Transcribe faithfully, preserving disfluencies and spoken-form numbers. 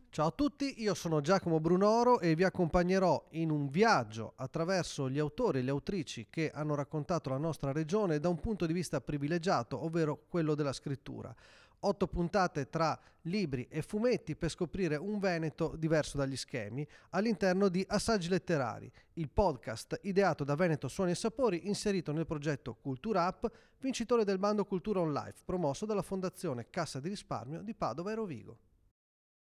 Ciao a tutti, io sono Giacomo Brunoro e vi accompagnerò in un viaggio attraverso gli autori e le autrici che hanno raccontato la nostra regione da un punto di vista privilegiato, ovvero quello della scrittura. Otto puntate tra libri e fumetti per scoprire un Veneto diverso dagli schemi all'interno di Assaggi Letterari, il podcast ideato da Veneto Suoni e Sapori inserito nel progetto Cultura App, vincitore del bando Cultura on Life, promosso dalla Fondazione Cassa di Risparmio di Padova e Rovigo.